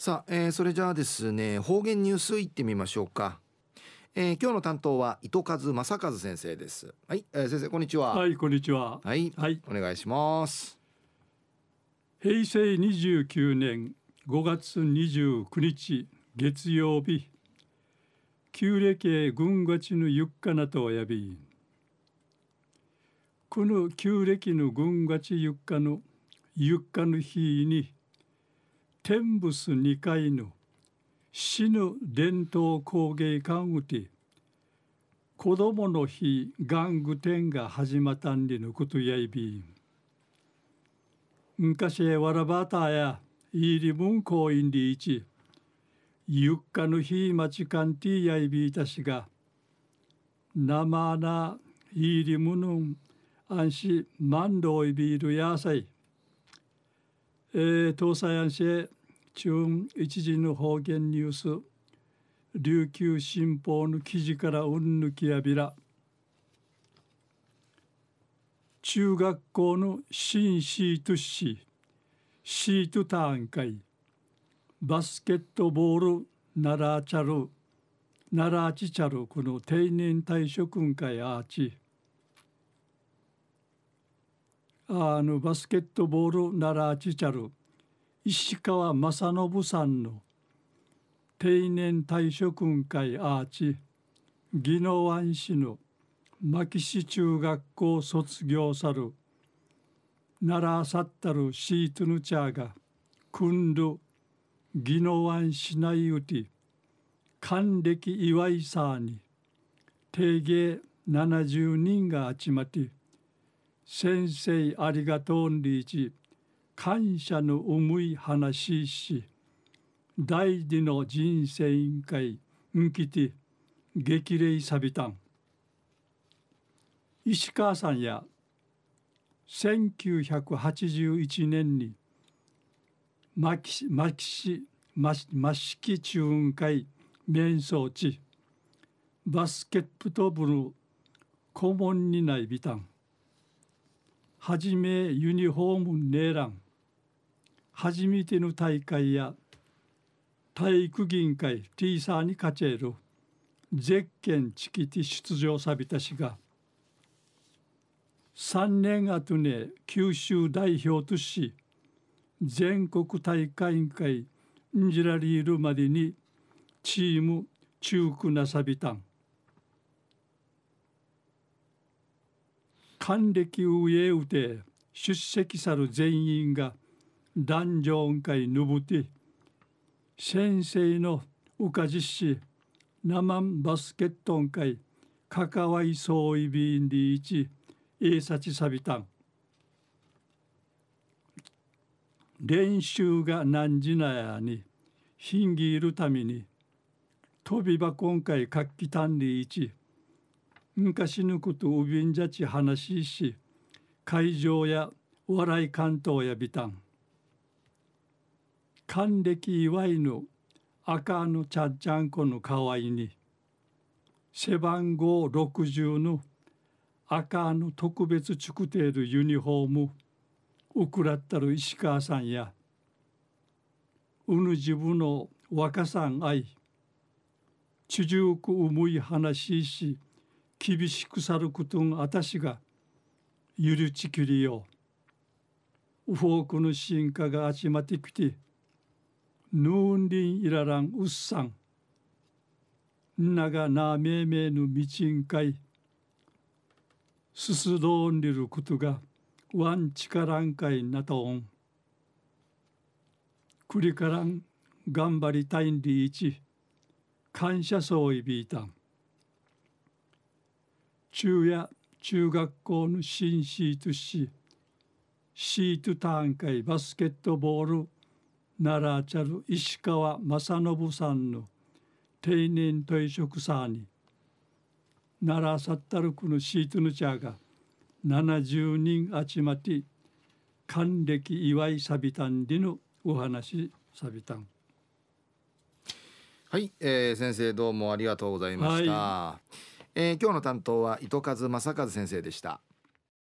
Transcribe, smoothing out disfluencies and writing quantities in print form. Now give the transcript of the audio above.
さあ、それじゃあですね、方言ニュースいってみましょうか。今日の担当は糸数正和先生です。はい、先生こんにちは。 はい、こんにちは。 はい、 はい、 お願いします。 平成29年5月29日月曜日、旧暦軍月のゆっかなとやび、この旧暦の軍月ゆっかの日に、天仏2回の死の伝統工芸館うて、子供の日玩具展が始まったんでのことやいび、昔わらばたやいりむんこいんりいちゆっかの日まちかんてぃやいびいたしがなまないりむぬんあんしまんどいびるやさい東西安市中一時の方言ニュース琉球新報の記事からうんぬきやびら中学校の新シートシートターン会バスケットボールナラチャルこの定年退職会アーチバスケットボールナラチャル石川正信さんの定年退職会アーチ宜野湾市の牧師中学校卒業さる奈良さったるシートヌチャーが組んる宜野湾市内うて還暦祝いさに定芸70人が集まって先生ありがとうんりいち感謝の思い話し大事の人生委員会んきて激励さびたん石川さんや1981年に益城中雲会面相地バスケット部の顧問にないびたんはじめユニフォームねらん初めての大会や体育銀会 T サーに勝ちえるゼッケンチキティ出場さびたしが3年後ね九州代表とし全国大会委員会んじらりいるまでにチーム中区なさびたん還暦上うて出席さる全員が壇上会ぬぶて先生のうかじし生バスケットン会かかわいそういびんりいちさちさびたん練習が何時なやにひんぎいるために飛びば今回活気たんりいち昔のことうびんじゃち話し会場や笑い関東やびたん還暦祝いの赤のちゃっちゃんこのかわいに背番号60の赤の特別チュクテールユニフォームうくらったる石川さんやうぬ自分の若さん愛ちじゅうく思い話し厳しくさることんあたしがゆるちきりようフォークの進化が集まってきてヌーンリンイラランウッサンんながなめいめいぬみちんかいすすどんりることがワンチカランかいなとんくりからん頑張りたいんりいち感謝そういびいたん中学校の新シートシートターン会バスケットボール奈良チャル石川正信さんの定年退職さに奈良サッタルクのシートヌチャーが70人集まって還暦祝いさびたんでのお話さびたんはい、先生どうもありがとうございました。今日の担当は糸数正和先生でした。